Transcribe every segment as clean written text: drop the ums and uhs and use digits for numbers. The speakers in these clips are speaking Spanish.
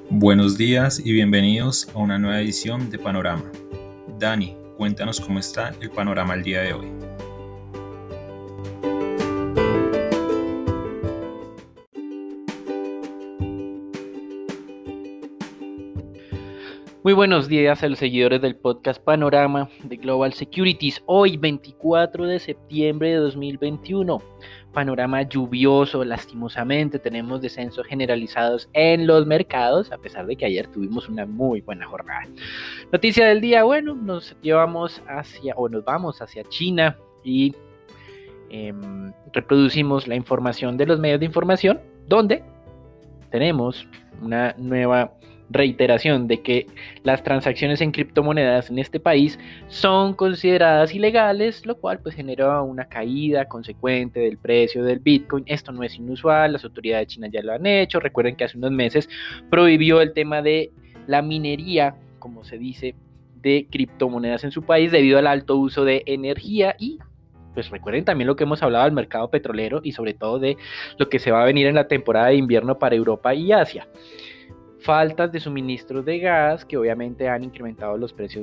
Buenos días y bienvenidos a una nueva edición de Panorama. Dani, cuéntanos cómo está el panorama el día de hoy. Muy buenos días a los seguidores del podcast Panorama de Global Securities. Hoy, 24 de septiembre de 2021. Panorama lluvioso, lastimosamente. Tenemos descensos generalizados en los mercados, a pesar de que ayer tuvimos una muy buena jornada. Noticia del día, bueno, nos vamos hacia China y reproducimos la información de los medios de información, donde tenemos una nueva reiteración de que las transacciones en criptomonedas en este país son consideradas ilegales, lo cual pues genera una caída consecuente del precio del Bitcoin. Esto no es inusual, las autoridades chinas ya lo han hecho. Recuerden que hace unos meses prohibió el tema de la minería, como se dice, de criptomonedas en su país debido al alto uso de energía. Y pues recuerden también lo que hemos hablado del mercado petrolero y sobre todo de lo que se va a venir en la temporada de invierno para Europa y Asia. Faltas de suministros de gas que obviamente han incrementado los precios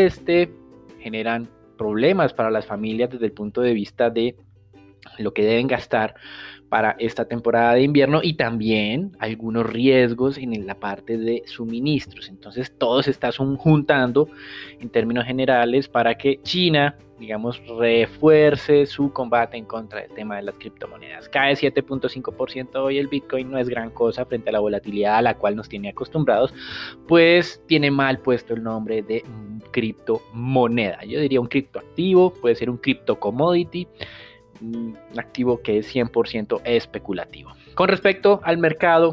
generan problemas para las familias desde el punto de vista de lo que deben gastar para esta temporada de invierno y también algunos riesgos en la parte de suministros. Entonces todo se está juntando en términos generales para que China, digamos, refuerce su combate en contra del tema de las criptomonedas. Cae 7.5% hoy el Bitcoin, no es gran cosa frente a la volatilidad a la cual nos tiene acostumbrados, pues tiene mal puesto el nombre de criptomoneda. Yo diría un criptoactivo, puede ser un cripto commodity, un activo que es 100% especulativo. Con respecto al mercado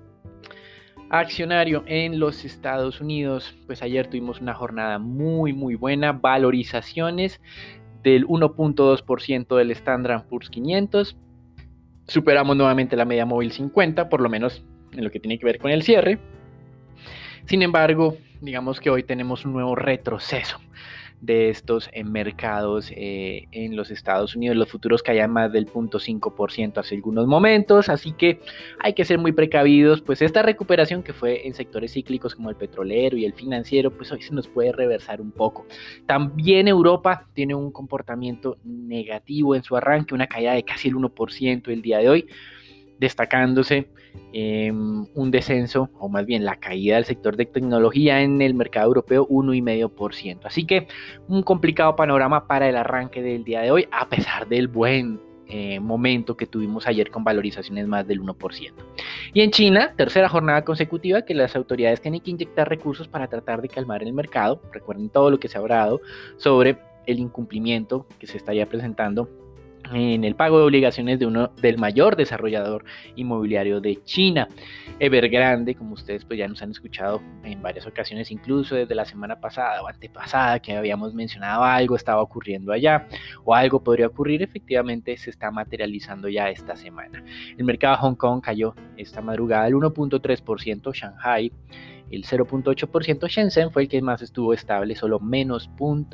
accionario en los Estados Unidos, pues ayer tuvimos una jornada muy buena, valorizaciones del 1.2% del Standard & Poor's 500, superamos nuevamente la media móvil 50, por lo menos en lo que tiene que ver con el cierre. Sin embargo, digamos que hoy tenemos un nuevo retroceso de estos mercados en los Estados Unidos, los futuros caían más del 0.5% hace algunos momentos, así que hay que ser muy precavidos, pues esta recuperación que fue en sectores cíclicos como el petrolero y el financiero, pues hoy se nos puede reversar un poco. También Europa tiene un comportamiento negativo en su arranque, una caída de casi el 1% el día de hoy, destacándose un descenso, o más bien la caída del sector de tecnología en el mercado europeo, 1,5%. Así que un complicado panorama para el arranque del día de hoy, a pesar del buen momento que tuvimos ayer con valorizaciones más del 1%. Y en China, tercera jornada consecutiva que las autoridades tienen que inyectar recursos para tratar de calmar el mercado. Recuerden todo lo que se ha hablado sobre el incumplimiento que se está ya presentando en el pago de obligaciones del mayor desarrollador inmobiliario de China, Evergrande, como ustedes pues ya nos han escuchado en varias ocasiones, incluso desde la semana pasada o antepasada, que habíamos mencionado algo estaba ocurriendo allá o algo podría ocurrir. Efectivamente se está materializando ya esta semana. El mercado de Hong Kong cayó esta madrugada el 1.3%, Shanghai el 0.8%, Shenzhen fue el que más estuvo estable, solo menos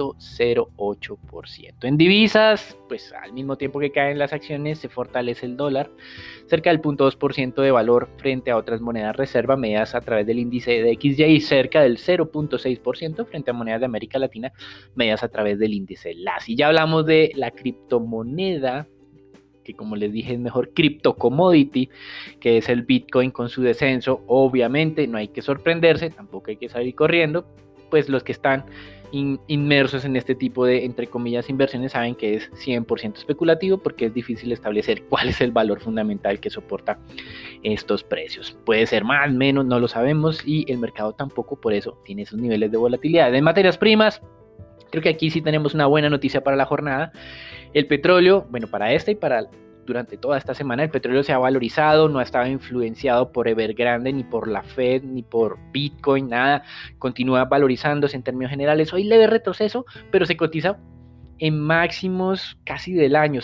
0.08%. En divisas, pues al mismo tiempo que caen las acciones, se fortalece el dólar, cerca del 0.2% de valor frente a otras monedas reserva medidas a través del índice de XY, cerca del 0.6% frente a monedas de América Latina medidas a través del índice LAS. Y ya hablamos de la criptomoneda, que como les dije es mejor cripto commodity, que es el Bitcoin con su descenso. Obviamente no hay que sorprenderse, tampoco hay que salir corriendo, pues los que están inmersos en este tipo de, entre comillas, inversiones saben que es 100% especulativo, porque es difícil establecer cuál es el valor fundamental que soporta estos precios. Puede ser más, menos, no lo sabemos, y el mercado tampoco por eso tiene esos niveles de volatilidad. En materias primas, creo que aquí sí tenemos una buena noticia para la jornada. El petróleo, bueno, para esta y para durante toda esta semana, el petróleo se ha valorizado, no ha estado influenciado por Evergrande, ni por la Fed, ni por Bitcoin, nada. Continúa valorizándose en términos generales. Hoy leve retroceso, pero se cotiza en máximos casi del año,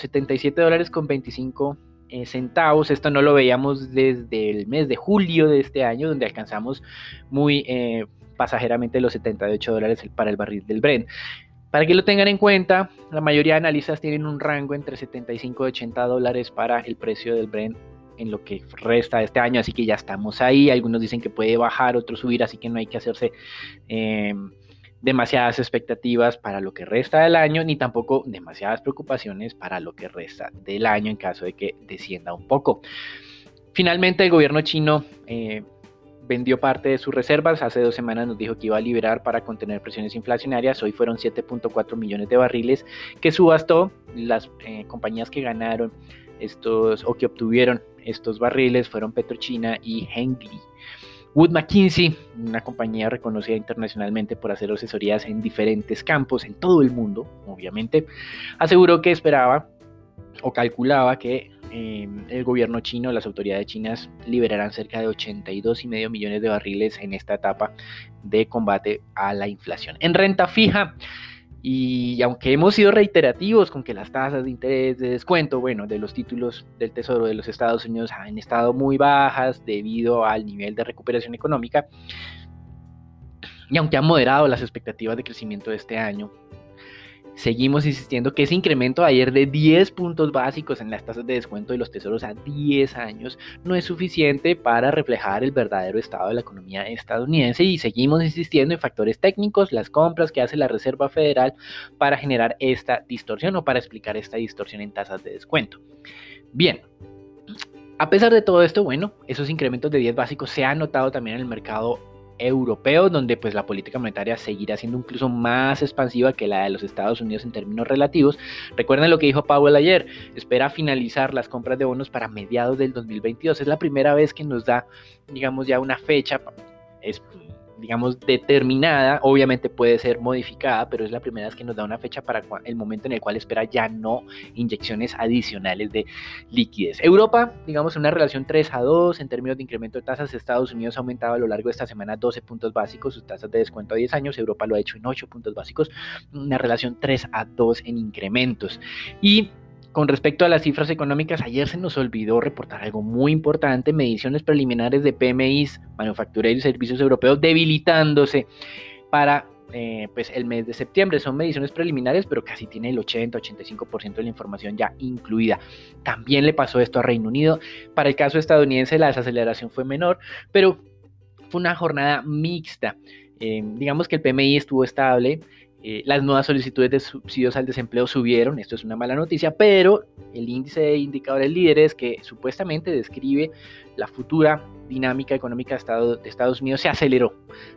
$77.25 centavos. Esto no lo veíamos desde el mes de julio de este año, donde alcanzamos muy pasajeramente los $78 para el barril del Brent. Para que lo tengan en cuenta, la mayoría de analistas tienen un rango entre $75 y $80 para el precio del Brent en lo que resta de este año, así que ya estamos ahí. Algunos dicen que puede bajar, otros subir, así que no hay que hacerse demasiadas expectativas para lo que resta del año, ni tampoco demasiadas preocupaciones para lo que resta del año en caso de que descienda un poco. Finalmente, el gobierno chino vendió parte de sus reservas. Hace 2 semanas nos dijo que iba a liberar para contener presiones inflacionarias. Hoy fueron 7.4 millones de barriles que subastó. Las compañías que ganaron estos o que obtuvieron estos barriles fueron PetroChina y Hengli. Wood Mackenzie, una compañía reconocida internacionalmente por hacer asesorías en diferentes campos en todo el mundo, obviamente, aseguró que esperaba o calculaba que el gobierno chino, las autoridades chinas liberarán cerca de 82,5 millones de barriles en esta etapa de combate a la inflación. En renta fija, y aunque hemos sido reiterativos con que las tasas de interés de descuento, bueno, de los títulos del Tesoro de los Estados Unidos han estado muy bajas debido al nivel de recuperación económica, y aunque han moderado las expectativas de crecimiento de este año, seguimos insistiendo que ese incremento de ayer de 10 puntos básicos en las tasas de descuento de los tesoros a 10 años no es suficiente para reflejar el verdadero estado de la economía estadounidense, y seguimos insistiendo en factores técnicos, las compras que hace la Reserva Federal para generar esta distorsión o para explicar esta distorsión en tasas de descuento. Bien, a pesar de todo esto, bueno, esos incrementos de 10 básicos se han notado también en el mercado europeo, donde pues la política monetaria seguirá siendo incluso más expansiva que la de los Estados Unidos en términos relativos. Recuerden lo que dijo Powell ayer: espera finalizar las compras de bonos para mediados del 2022. Es la primera vez que nos da, digamos, ya una fecha, digamos, determinada. Obviamente puede ser modificada, pero es la primera vez que nos da una fecha para el momento en el cual espera ya no inyecciones adicionales de liquidez. Europa, digamos, en una relación 3-2 en términos de incremento de tasas. Estados Unidos ha aumentado a lo largo de esta semana 12 puntos básicos sus tasas de descuento a 10 años. Europa lo ha hecho en 8 puntos básicos, una relación 3-2 en incrementos. Y con respecto a las cifras económicas, ayer se nos olvidó reportar algo muy importante: mediciones preliminares de PMIs, manufactureros y servicios europeos, debilitándose para pues el mes de septiembre. Son mediciones preliminares, pero casi tiene el 80-85% de la información ya incluida. También le pasó esto a Reino Unido. Para el caso estadounidense, la desaceleración fue menor, pero fue una jornada mixta. Digamos que el PMI estuvo estable. Las nuevas solicitudes de subsidios al desempleo subieron. Esto es una mala noticia, pero el índice de indicadores líderes, que supuestamente describe la futura dinámica económica de Estados Unidos, se aceleró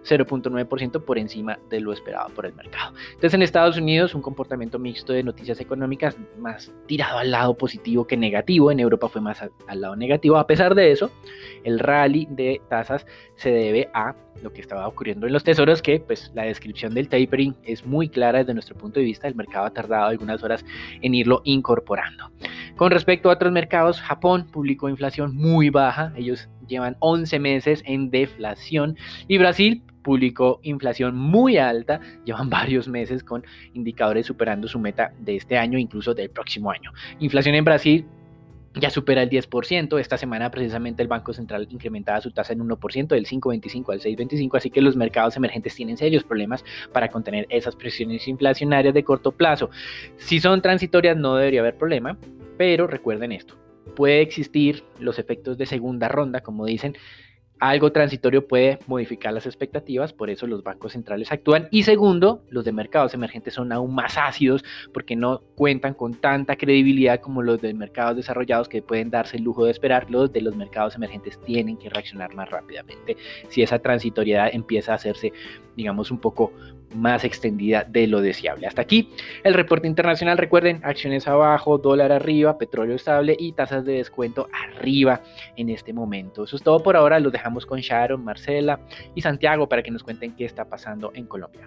0.9% por encima de lo esperado por el mercado. Entonces, en Estados Unidos, un comportamiento mixto de noticias económicas, más tirado al lado positivo que negativo. En Europa fue más al lado negativo. A pesar de eso, el rally de tasas se debe a lo que estaba ocurriendo en los tesoros, que pues la descripción del tapering es muy clara desde nuestro punto de vista. El mercado ha tardado algunas horas en irlo incorporando. Con respecto a otros mercados, Japón publicó inflación muy baja. Ellos llevan 11 meses en deflación, y Brasil publicó inflación muy alta. Llevan varios meses con indicadores superando su meta de este año, incluso del próximo año. Inflación en Brasil ya supera el 10%. Esta semana precisamente el Banco Central incrementaba su tasa en 1%, del 5.25 al 6.25, así que los mercados emergentes tienen serios problemas para contener esas presiones inflacionarias de corto plazo. Si son transitorias, no debería haber problema, pero recuerden esto: puede existir los efectos de segunda ronda, como dicen. Algo transitorio puede modificar las expectativas, por eso los bancos centrales actúan. Y segundo, los de mercados emergentes son aún más ácidos porque no cuentan con tanta credibilidad como los de mercados desarrollados, que pueden darse el lujo de esperar. Los de los mercados emergentes tienen que reaccionar más rápidamente si esa transitoriedad empieza a hacerse, digamos, un poco más extendida de lo deseable. Hasta aquí el reporte internacional. Recuerden, acciones abajo, dólar arriba, petróleo estable y tasas de descuento arriba en este momento. Eso es todo por ahora. Los dejamos con Sharon, Marcela y Santiago para que nos cuenten qué está pasando en Colombia.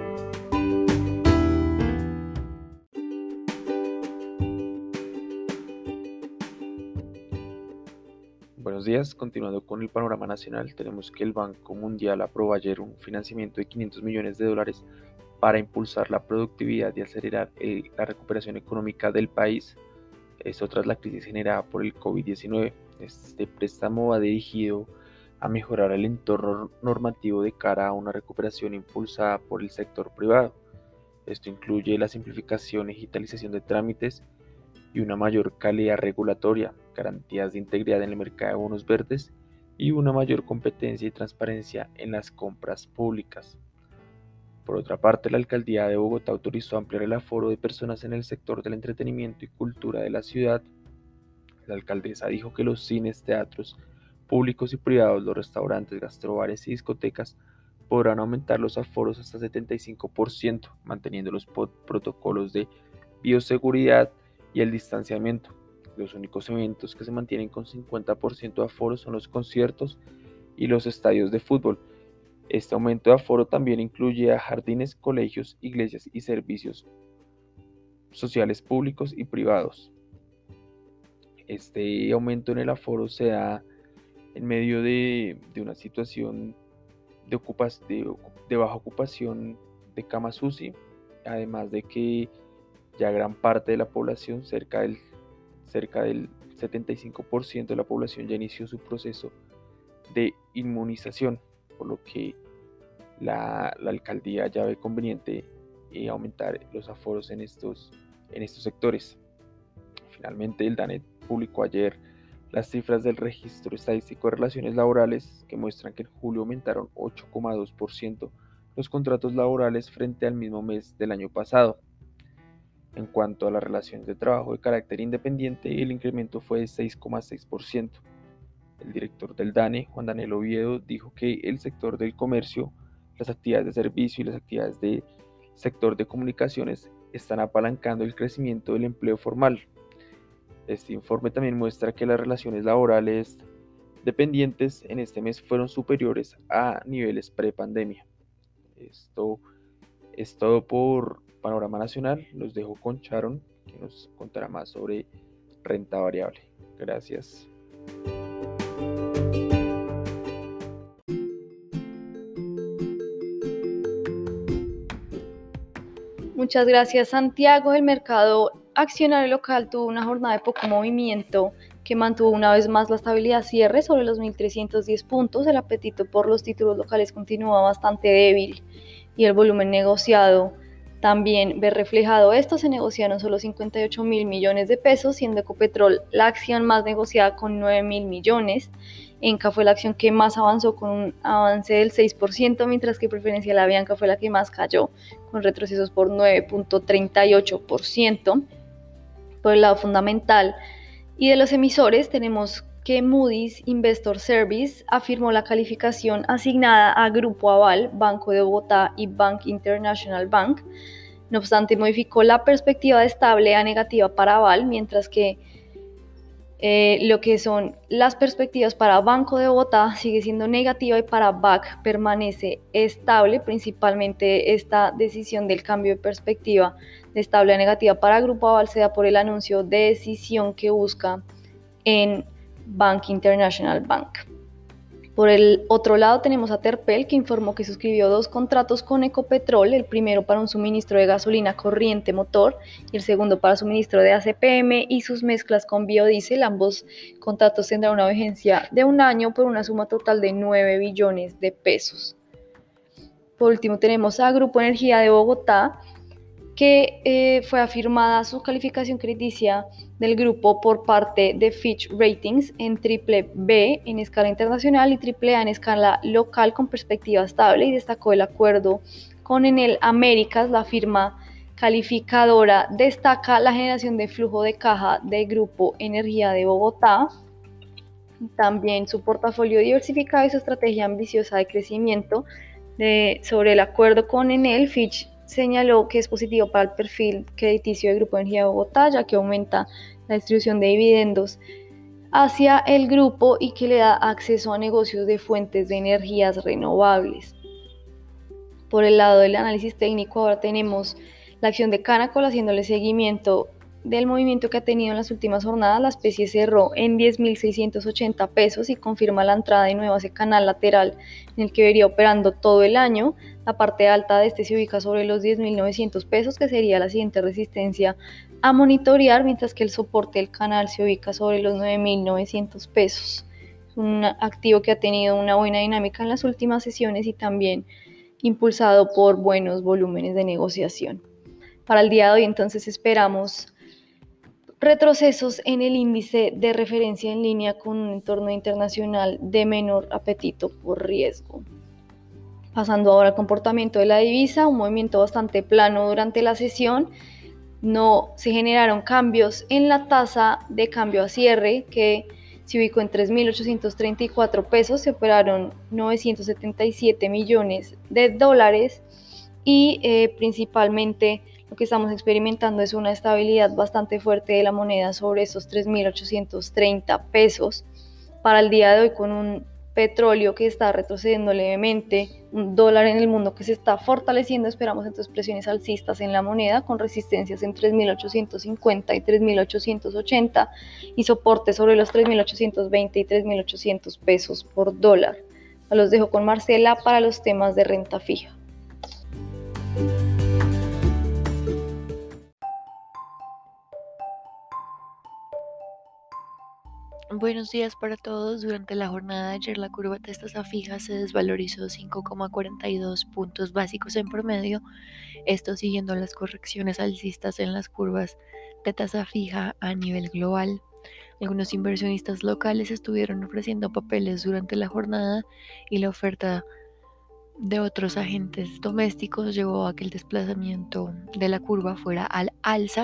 Buenos días. Continuando con el panorama nacional, tenemos que el Banco Mundial aprobó ayer un financiamiento de $500 millones para impulsar la productividad y acelerar la recuperación económica del país. Esto tras la crisis generada por el COVID-19. Este préstamo va dirigido a mejorar el entorno normativo de cara a una recuperación impulsada por el sector privado. Esto incluye la simplificación y digitalización de trámites y una mayor calidad regulatoria. garantías de integridad en el mercado de bonos verdes y una mayor competencia y transparencia en las compras públicas. Por otra parte, la alcaldía de Bogotá autorizó ampliar el aforo de personas en el sector del entretenimiento y cultura de la ciudad. La alcaldesa dijo que los cines, teatros públicos y privados, los restaurantes, gastrobares y discotecas podrán aumentar los aforos hasta 75%, manteniendo los protocolos de bioseguridad y el distanciamiento. Los únicos eventos que se mantienen con 50% de aforo son los conciertos y los estadios de fútbol. Este aumento de aforo también incluye a jardines, colegios, iglesias y servicios sociales públicos y privados. Este aumento en el aforo se da en medio de una situación de baja ocupación de camas UCI, además de que ya gran parte de la población, cerca del 75% de la población ya inició su proceso de inmunización, por lo que la alcaldía ya ve conveniente aumentar los aforos en estos sectores. Finalmente, el DANE publicó ayer las cifras del Registro Estadístico de Relaciones Laborales, que muestran que en julio aumentaron 8,2% los contratos laborales frente al mismo mes del año pasado. En cuanto a las relaciones de trabajo de carácter independiente, el incremento fue de 6,6%. El director del DANE, Juan Daniel Oviedo, dijo que el sector del comercio, las actividades de servicio y las actividades del sector de comunicaciones están apalancando el crecimiento del empleo formal. Este informe también muestra que las relaciones laborales dependientes en este mes fueron superiores a niveles pre-pandemia. Esto es todo por Panorama Nacional. Los dejo con Sharon, que nos contará más sobre renta variable. Gracias. Muchas gracias, Santiago. El mercado accionario local tuvo una jornada de poco movimiento que mantuvo una vez más la estabilidad cierre sobre los 1.310 puntos. El apetito por los títulos locales continúa bastante débil y el volumen negociado también ve reflejado esto. Se negociaron solo 58.000 millones de pesos, siendo Ecopetrol la acción más negociada con 9.000 millones. Enca fue la acción que más avanzó con un avance del 6%, mientras que Preferencial Avianca fue la que más cayó, con retrocesos por 9.38%. Por el lado fundamental y de los emisores, tenemos que Moody's Investor Service afirmó la calificación asignada a Grupo Aval, Banco de Bogotá y Bank International Bank. No obstante, modificó la perspectiva de estable a negativa para Aval, mientras que lo que son las perspectivas para Banco de Bogotá sigue siendo negativa y para BAC permanece estable. Principalmente esta decisión del cambio de perspectiva de estable a negativa para Grupo Aval se da por el anuncio de decisión que busca en Bank International Bank. Por el otro lado tenemos a Terpel, que informó que suscribió 2 contratos con Ecopetrol, el primero para un suministro de gasolina corriente motor y el segundo para suministro de ACPM y sus mezclas con biodiesel. Ambos contratos tendrán una vigencia de 1 año por una suma total de 9 billones de pesos. Por último tenemos a Grupo Energía de Bogotá, que fue afirmada su calificación crediticia del grupo por parte de Fitch Ratings en BBB en escala internacional y AAA en escala local con perspectiva estable, y destacó el acuerdo con Enel Américas. La firma calificadora destaca la generación de flujo de caja del Grupo Energía de Bogotá, también su portafolio diversificado y su estrategia ambiciosa de crecimiento. Sobre el acuerdo con Enel, Fitch señaló que es positivo para el perfil crediticio del Grupo Energía de Bogotá, ya que aumenta la distribución de dividendos hacia el grupo y que le da acceso a negocios de fuentes de energías renovables. Por el lado del análisis técnico, ahora tenemos la acción de Canacol haciéndole seguimiento del movimiento que ha tenido en las últimas jornadas. La especie cerró en 10.680 pesos y confirma la entrada de nuevo a ese canal lateral en el que vería operando todo el año. La parte alta de este se ubica sobre los 10.900 pesos, que sería la siguiente resistencia a monitorear, mientras que el soporte del canal se ubica sobre los 9.900 pesos. Es un activo que ha tenido una buena dinámica en las últimas sesiones y también impulsado por buenos volúmenes de negociación. Para el día de hoy entonces esperamos retrocesos en el índice de referencia en línea con un entorno internacional de menor apetito por riesgo. Pasando ahora al comportamiento de la divisa, un movimiento bastante plano durante la sesión. No se generaron cambios en la tasa de cambio a cierre, que se ubicó en 3.834 pesos, se operaron 977 millones de dólares y principalmente lo que estamos experimentando es una estabilidad bastante fuerte de la moneda sobre esos 3.830 pesos. Para el día de hoy, con un petróleo que está retrocediendo levemente, un dólar en el mundo que se está fortaleciendo, esperamos entonces presiones alcistas en la moneda con resistencias en 3.850 y 3.880 y soporte sobre los 3.820 y 3.800 pesos por dólar. Los dejo con Marcela para los temas de renta fija. Buenos días para todos. Durante la jornada de ayer la curva de tasa fija se desvalorizó 5,42 puntos básicos en promedio, esto siguiendo las correcciones alcistas en las curvas de tasa fija a nivel global. Algunos inversionistas locales estuvieron ofreciendo papeles durante la jornada y la oferta de otros agentes domésticos llevó a que el desplazamiento de la curva fuera al alza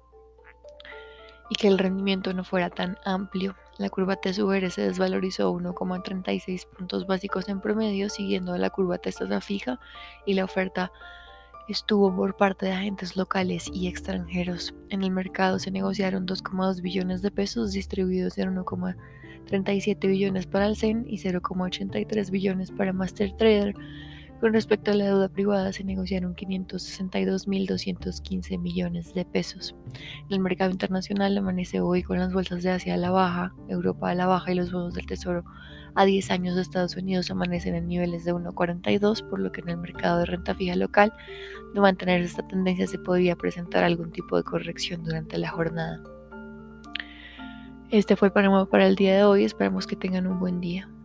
y que el rendimiento no fuera tan amplio. La curva TSUR se desvalorizó 1,36 puntos básicos en promedio, siguiendo a la curva tasa fija, y la oferta estuvo por parte de agentes locales y extranjeros. En el mercado se negociaron 2,2 billones de pesos distribuidos en 1,37 billones para el CEN y 0,83 billones para MasterTrader. Con respecto a la deuda privada, se negociaron 562.215 millones de pesos. En el mercado internacional amanece hoy con las bolsas de Asia a la baja, Europa a la baja y los bonos del Tesoro a 10 años de Estados Unidos amanecen en niveles de 1,42, por lo que en el mercado de renta fija local, de mantener esta tendencia, se podría presentar algún tipo de corrección durante la jornada. Este fue el panorama para el día de hoy. Esperamos que tengan un buen día.